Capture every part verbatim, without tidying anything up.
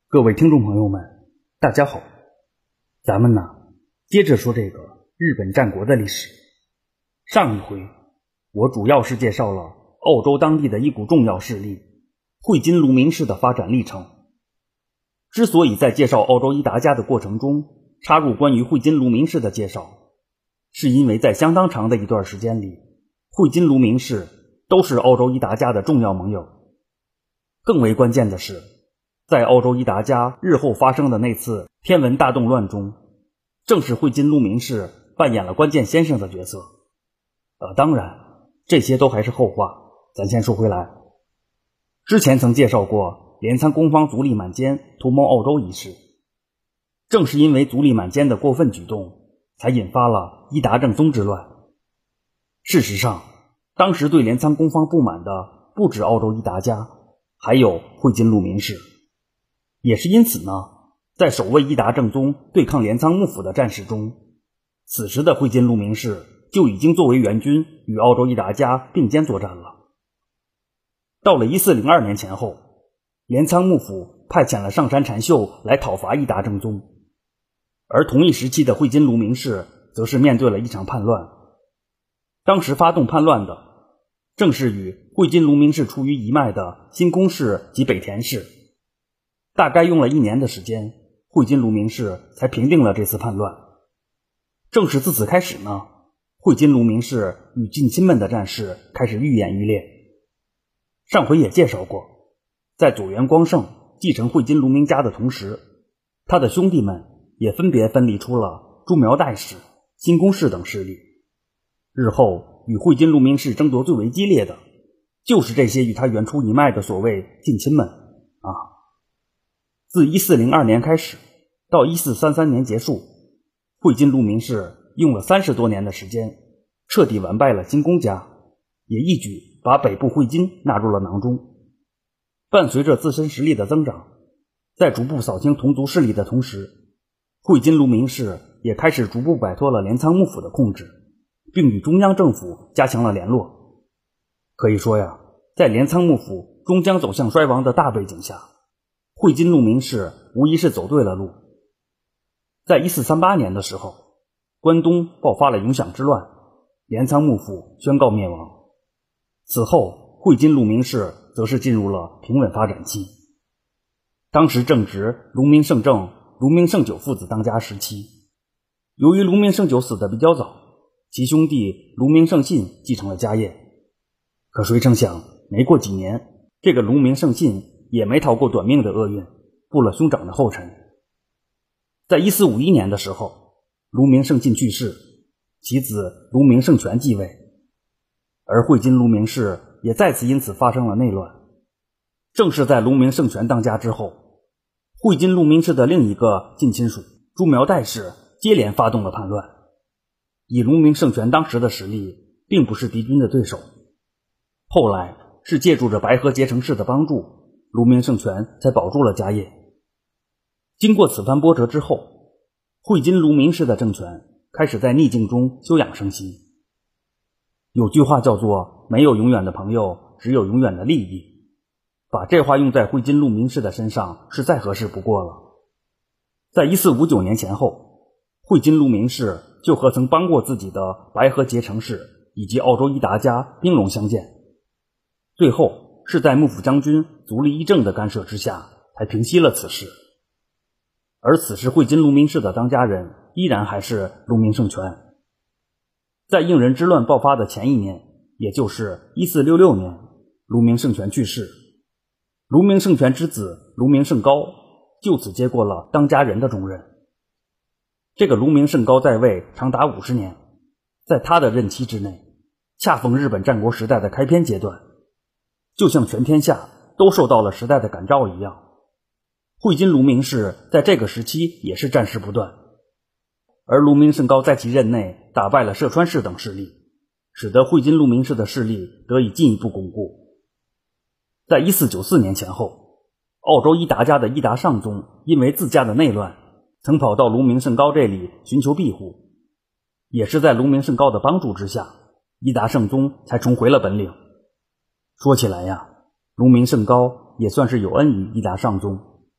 各位听众朋友们，大家好，咱们呢接着说这个日本战国的历史。上一回我主要是介绍了澳洲当地的一股重要势力汇金卢明氏的发展历程。之所以在介绍澳洲伊达家的过程中插入关于汇金卢明氏的介绍，是因为在相当长的一段时间里，汇金卢明氏都是澳洲伊达家的重要盟友。更为关键的是，在澳洲伊达家日后发生的那次天文大动乱中，正是汇金卢明氏扮演了关键先生的角色。呃，当然这些都还是后话，咱先说回来。之前曾介绍过镰仓公方足利满兼图谋澳洲一事，正是因为足利满兼的过分举动，才引发了伊达政宗之乱。事实上，当时对镰仓公方不满的不止澳洲伊达家，还有汇金卢明氏。也是因此呢，在守卫伊达政宗对抗镰仓幕府的战事中，此时的汇金卢明氏就已经作为援军与澳洲伊达家并肩作战了。到了一四零二年前后，镰仓幕府派遣了上杉禅秀来讨伐伊达政宗，而同一时期的汇金卢明氏则是面对了一场叛乱。当时发动叛乱的正是与汇金卢明氏出于一脉的新宫氏及北田氏。大概用了一年的时间，汇金卢明氏才平定了这次叛乱。正是自此开始呢，汇金卢明氏与近亲们的战事开始愈演愈烈。上回也介绍过，在佐原光胜继承汇金卢明家的同时，他的兄弟们也分别分离出了朱苗代氏、新宫氏等势力。日后与汇金卢明氏争夺最为激烈的，就是这些与他原出一脉的所谓近亲们啊。自一四零二年开始到一四三三年结束，汇金卢明氏用了三十多年的时间，彻底完败了新宫家，也一举把北部汇金纳入了囊中。伴随着自身实力的增长，在逐步扫清同族势力的同时，汇金卢明氏也开始逐步摆脱了镰仓幕府的控制，并与中央政府加强了联络。可以说呀，在镰仓幕府终将走向衰亡的大背景下，汇金卢明氏无疑是走对了路。在一四三八年的时候，关东爆发了影响之乱，镰仓幕府宣告灭亡。此后汇金卢明氏则是进入了平稳发展期。当时正值卢明胜正、卢明胜久父子当家时期，由于卢明胜久死得比较早，其兄弟卢明胜信继承了家业。可谁成想，没过几年，这个卢明胜信也没逃过短命的厄运，步了兄长的后尘。在一四五一年的时候，卢明胜信去世，其子卢明胜全继位，而汇金卢明氏也再次因此发生了内乱。正是在卢明胜全当家之后，汇金卢明氏的另一个近亲属朱苗代氏接连发动了叛乱。以卢明胜全当时的实力，并不是敌军的对手。后来是借助着白河结成氏的帮助，卢明胜全才保住了家业。经过此番波折之后，汇金卢明氏的政权开始在逆境中休养生息。有句话叫做没有永远的朋友，只有永远的利益，把这话用在汇金卢明氏的身上是再合适不过了。在一四五九年前后，汇金卢明氏就和曾帮过自己的白河结成氏以及澳洲伊达家兵戎相见，最后是在幕府将军足利义政的干涉之下才平息了此事。而此时汇金卢明氏的当家人依然还是卢明胜全。在应仁之乱爆发的前一年，也就是一四六六年，卢明胜全去世，卢明胜全之子卢明胜高就此接过了当家人的重任。这个卢明胜高在位长达五十年，在他的任期之内，恰逢日本战国时代的开篇阶段，就像全天下都受到了时代的感召一样。汇金卢明氏在这个时期也是战事不断，而卢明胜高在其任内打败了涉川氏等势力，使得汇金卢明氏的势力得以进一步巩固。在一四九四年前后，澳洲伊达家的伊达上宗因为自家的内乱，曾跑到卢明胜高这里寻求庇护，也是在卢明胜高的帮助之下，伊达圣宗才重回了本领。说起来呀，卢明胜高也算是有恩于伊达上宗。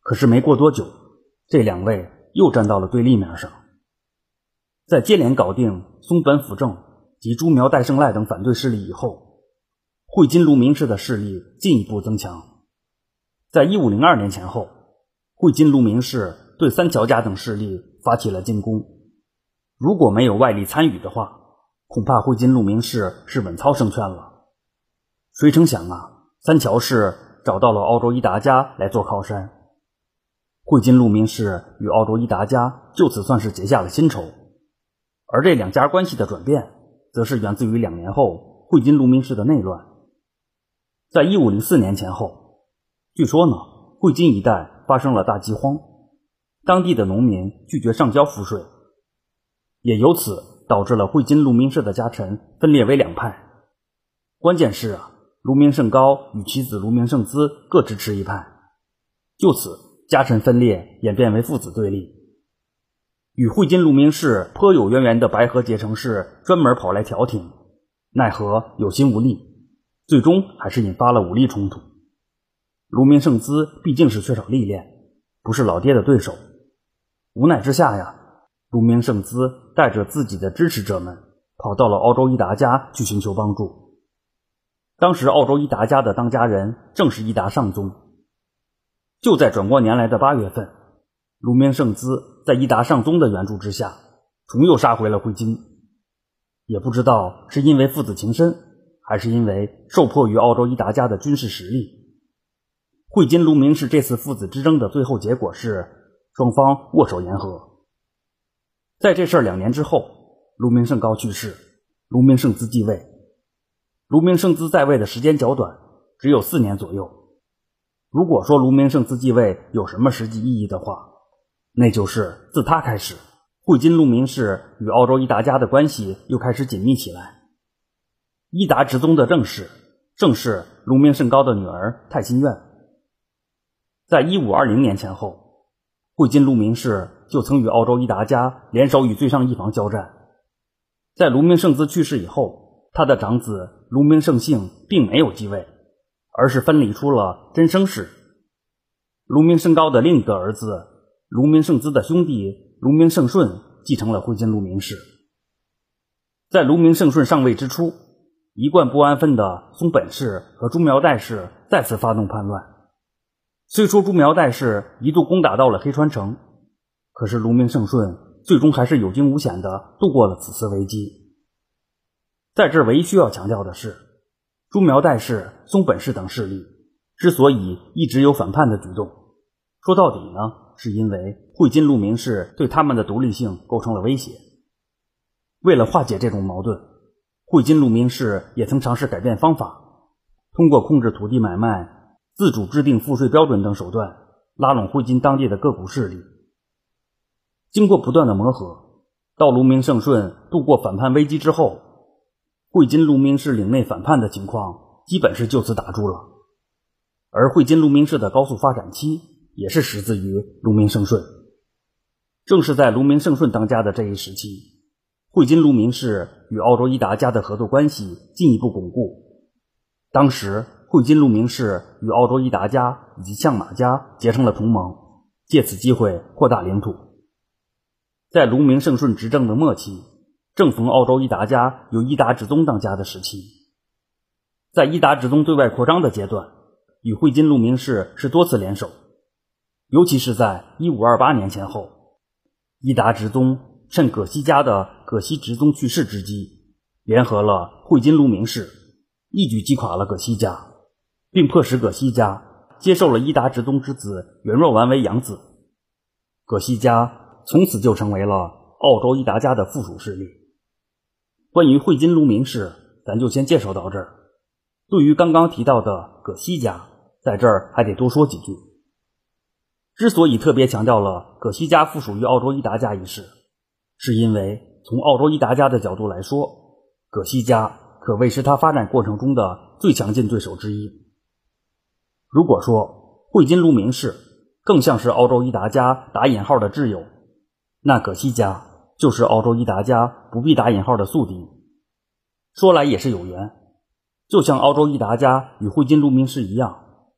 可是没过多久，这两位又站到了对立面上。在接连搞定松本辅正及朱苗代胜赖等反对势力以后，会津卢明氏的势力进一步增强。在一五零二年前后，会津卢明氏对三桥家等势力发起了进攻。如果没有外力参与的话，恐怕会津卢明氏是稳操胜券了。谁成想啊，三桥氏找到了奥州伊达家来做靠山，会津卢明氏与奥州伊达家就此算是结下了新仇。而这两家关系的转变，则是源自于两年后会津卢明氏的内乱。在一五零四年前后，据说呢，会津一带发生了大饥荒，当地的农民拒绝上交赋税，也由此导致了会津卢明氏的家臣分裂为两派。关键是啊，卢明胜高与其子卢明胜资各支持一派，就此家臣分裂演变为父子对立。与会津卢明氏颇有渊源的白河结城氏专门跑来调停，奈何有心无力，最终还是引发了武力冲突。卢明胜资毕竟是缺少历练，不是老爹的对手，无奈之下呀，卢明胜资带着自己的支持者们跑到了奥州伊达家去寻求帮助。当时奥州伊达家的当家人正是伊达尚宗。就在转过年来的八月份，卢明胜资在伊达尚宗的援助之下，重又杀回了会津。也不知道是因为父子情深，还是因为受迫于奥州伊达家的军事实力，会津卢明氏这次父子之争的最后结果是双方握手言和。在这事儿两年之后，卢明胜高去世，卢明胜资继位。卢明胜资在位的时间较短，只有四年左右。如果说卢明胜资继位有什么实际意义的话，那就是自他开始，会津卢明氏与奥州伊达家的关系又开始紧密起来。伊达直宗的正室正是卢明胜高的女儿太心院。在一五二零年前后，会津卢明氏就曾与奥州伊达家联手与最上一房交战。在卢明胜资去世以后，他的长子卢明胜幸并没有继位，而是分离出了真生氏。卢明胜高的另一个儿子卢明胜资的兄弟卢明胜顺继承了会津卢明氏。在卢明胜顺上位之初，一贯不安分的松本氏和朱苗代氏再次发动叛乱。虽说朱苗代氏一度攻打到了黑川城，可是卢明胜顺最终还是有惊无险地度过了此次危机。在这唯一需要强调的是，朱苗代氏、松本氏等势力之所以一直有反叛的举动，说到底呢，是因为会津卢明氏对他们的独立性构成了威胁。为了化解这种矛盾，会津卢明氏也曾尝试改变方法，通过控制土地买卖、自主制定赋税标准等手段，拉拢会津当地的各股势力。经过不断的磨合，到卢明胜顺度过反叛危机之后，会津卢明氏领内反叛的情况基本是就此打住了。而会津卢明氏的高速发展期也是始自于卢明胜顺。正是在卢明胜顺当家的这一时期，会津卢明氏与奥州伊达家的合作关系进一步巩固。当时会津卢明氏与奥州伊达家以及相马家结成了同盟，借此机会扩大领土。在卢明胜顺执政的末期，正逢奥州伊达家由伊达直宗当家的时期。在伊达直宗对外扩张的阶段，与会津卢明氏是多次联手，尤其是在一五二八年前后，伊达直宗趁葛西家的葛西直宗去世之机，联合了会津卢明氏，一举击垮了葛西家，并迫使葛西家接受了伊达直宗之子元若丸为养子。葛西家从此就成为了奥州伊达家的附属势力。关于会津卢明氏，咱就先介绍到这儿。对于刚刚提到的葛西家，在这儿还得多说几句。之所以特别强调了葛西家附属于奥州伊达家一事，是因为从奥州伊达家的角度来说，葛西家可谓是他发展过程中的最强劲对手之一。如果说会津卢明氏更像是奥州伊达家打引号的挚友，那葛西家就是奥州伊达家不必打引号的宿敌。说来也是有缘，就像奥州伊达家与会津卢明氏一样，葛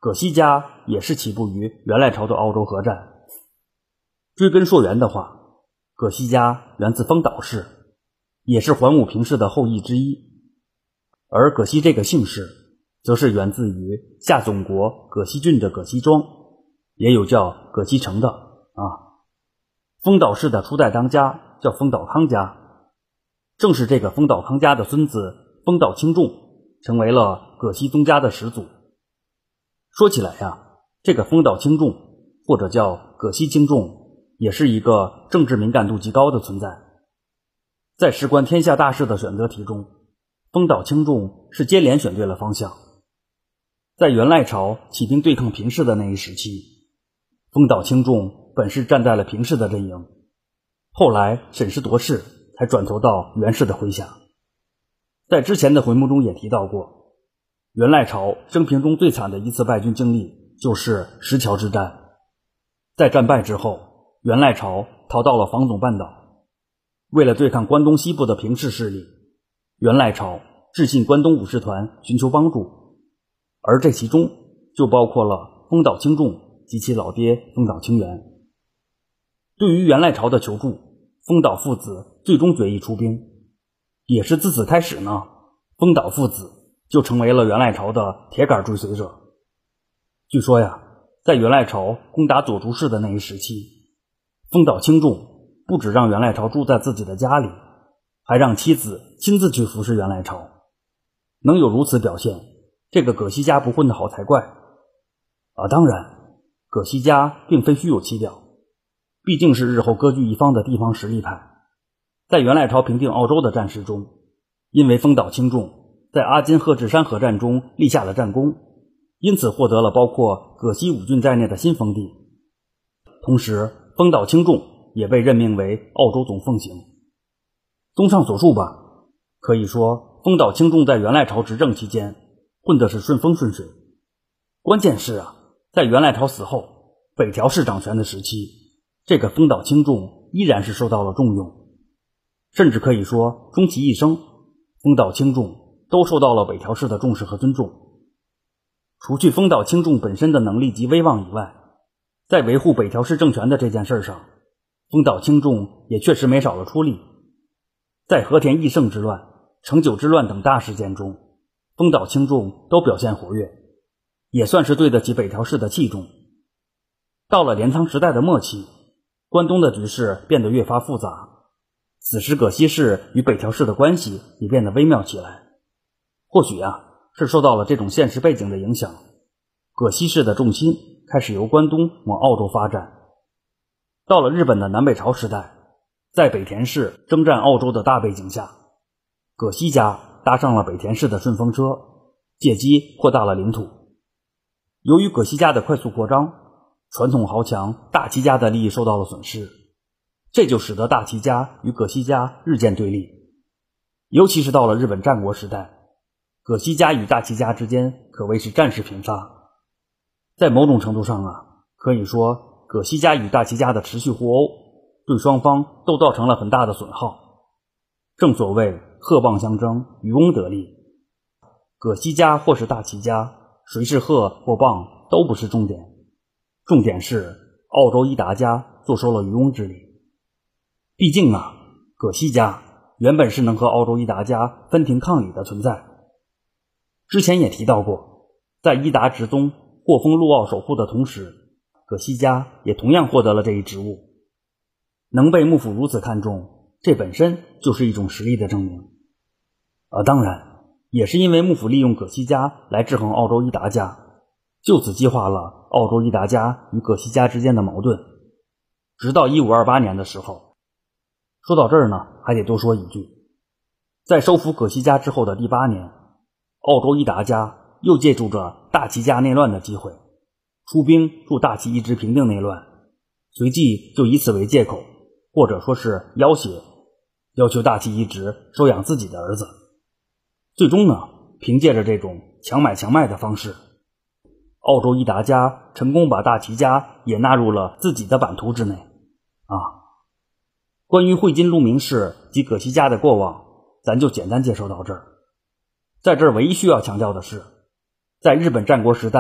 葛西家也是起步于元赖朝的澳洲河战。追根溯源的话，葛西家源自丰岛氏，也是桓武平氏的后裔之一。而葛西这个姓氏则是源自于夏总国葛西郡的葛西庄，也有叫葛西城的啊。丰岛氏的初代当家叫丰岛康家，正是这个丰岛康家的孙子丰岛清重成为了葛西宗家的始祖。说起来呀，这个丰岛清重或者叫葛西清重也是一个政治敏感度极高的存在。在事关天下大事的选择题中，丰岛清重是接连选对了方向。在元赖朝起兵对抗平氏的那一时期，丰岛清重本是站在了平氏的阵营，后来审时度势才转投到元氏的麾下。在之前的回目中也提到过，元赖朝生平中最惨的一次败军经历就是石桥之战。在战败之后，元赖朝逃到了防总半岛，为了对抗关东西部的平氏势力，元赖朝致信关东武士团寻求帮助，而这其中就包括了丰岛清重及其老爹丰岛清源。对于元赖朝的求助，丰岛父子最终决意出兵，也是自此开始呢，丰岛父子就成为了元赖朝的铁杆追随者。据说呀，在元赖朝攻打佐竹氏的那一时期，丰岛清重不只让元赖朝住在自己的家里，还让妻子亲自去服侍元赖朝。能有如此表现，这个葛西家不混得好才怪啊！当然，葛西家并非虚有其表，毕竟是日后割据一方的地方实力派。在元赖朝平定澳洲的战事中，因为丰岛清重在阿金贺志山河战中立下了战功，因此获得了包括葛西五郡在内的新封地。同时，丰岛清重也被任命为澳洲总奉行。综上所述吧，可以说丰岛清重在元赖朝执政期间混的是顺风顺水。关键是啊，在元赖朝死后，北条氏掌权的时期，这个丰岛清重依然是受到了重用，甚至可以说终其一生，丰岛清重都受到了北条氏的重视和尊重。除去丰岛清重本身的能力及威望以外，在维护北条氏政权的这件事上，丰岛清重也确实没少了出力。在和田义胜之乱、成久之乱等大事件中，丰岛清重都表现活跃，也算是对得起北条氏的器重。到了镰仓时代的末期，关东的局势变得越发复杂，此时葛西氏与北条氏的关系也变得微妙起来。或许啊，是受到了这种现实背景的影响，葛西氏的重心开始由关东往澳洲发展。到了日本的南北朝时代，在北田氏征战澳洲的大背景下，葛西家搭上了北田氏的顺风车，借机扩大了领土。由于葛西家的快速扩张，传统豪强大崎家的利益受到了损失，这就使得大崎家与葛西家日渐对立。尤其是到了日本战国时代，葛西家与大崎家之间可谓是战事频发。在某种程度上啊，可以说葛西家与大崎家的持续互殴，对双方都造成了很大的损耗。正所谓鹤蚌相争，渔翁得利，葛西家或是大崎家，谁是鹤或蚌都不是重点，重点是澳洲伊达家坐收了渔翁之利。毕竟啊，葛西家原本是能和澳洲伊达家分庭抗礼的存在。之前也提到过，在伊达直宗获封陆奥守护的同时，葛西家也同样获得了这一职务。能被幕府如此看重，这本身就是一种实力的证明。而当然，也是因为幕府利用葛西家来制衡澳洲伊达家，就此激化了澳洲伊达家与葛西家之间的矛盾。直到一五二八年的时候，说到这儿呢，还得多说一句，在收服葛西家之后的第八年，澳洲伊达家又借助着大崎家内乱的机会，出兵助大崎一直平定内乱，随即就以此为借口，或者说是要挟，要求大崎一直收养自己的儿子。最终呢，凭借着这种强买强卖的方式，澳洲伊达家成功把大崎家也纳入了自己的版图之内啊。关于会津鹿鸣氏及葛西家的过往，咱就简单介绍到这儿。在这儿唯一需要强调的是，在日本战国时代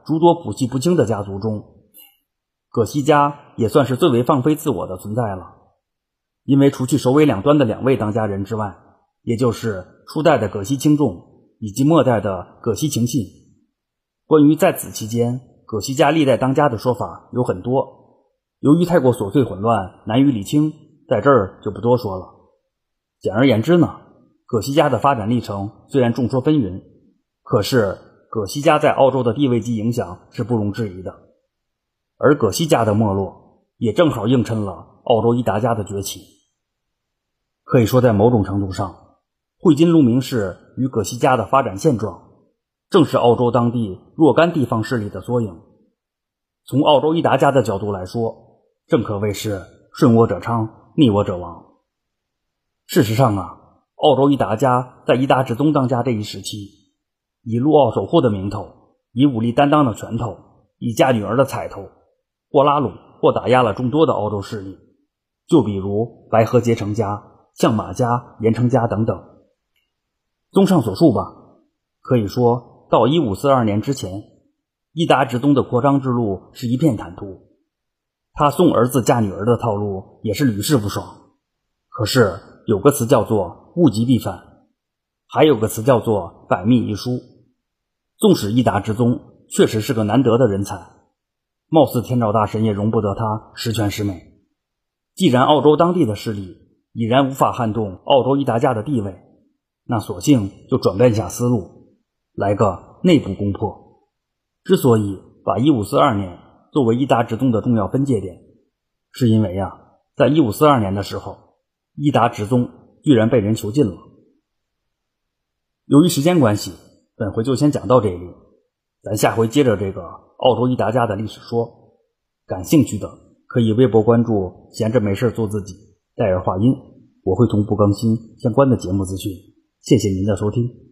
诸多谱系不清的家族中，葛西家也算是最为放飞自我的存在了。因为除去首尾两端的两位当家人之外，也就是初代的葛西清重以及末代的葛西晴信，关于在此期间葛西家历代当家的说法有很多，由于太过琐碎混乱，难于理清，在这儿就不多说了。简而言之呢，葛西家的发展历程虽然众说纷纭，可是葛西家在澳洲的地位及影响是不容置疑的。而葛西家的没落也正好映衬了澳洲伊达家的崛起。可以说在某种程度上，汇金鹿鸣氏与葛西家的发展现状正是澳洲当地若干地方势力的缩影。从澳洲伊达家的角度来说，正可谓是顺我者昌，逆我者亡。事实上啊，澳洲伊达家在伊达直宗当家这一时期，以陆澳守护的名头，以武力担当的拳头，以嫁女儿的彩头，或拉拢或打压了众多的澳洲势力，就比如白河结成家、相马家、盐城家等等。综上所述吧，可以说到一五四二年之前，伊达直宗的扩张之路是一片坦途，他送儿子嫁女儿的套路也是屡试不爽。可是有个词叫做物极必反，还有个词叫做百密一疏。纵使伊达直宗确实是个难得的人才，貌似天照大神也容不得他十全十美。既然澳洲当地的势力已然无法撼动澳洲伊达家的地位，那索性就转变下思路，来个内部攻破。之所以把一五四二年作为伊达直宗的重要分界点，是因为啊，在一五四二年的时候，伊达直宗居然被人囚禁了。由于时间关系，本回就先讲到这里，咱下回接着这个澳洲伊达家的历史说。感兴趣的可以微博关注闲着没事做自己戴尔话音，我会同步更新相关的节目资讯。谢谢您的收听。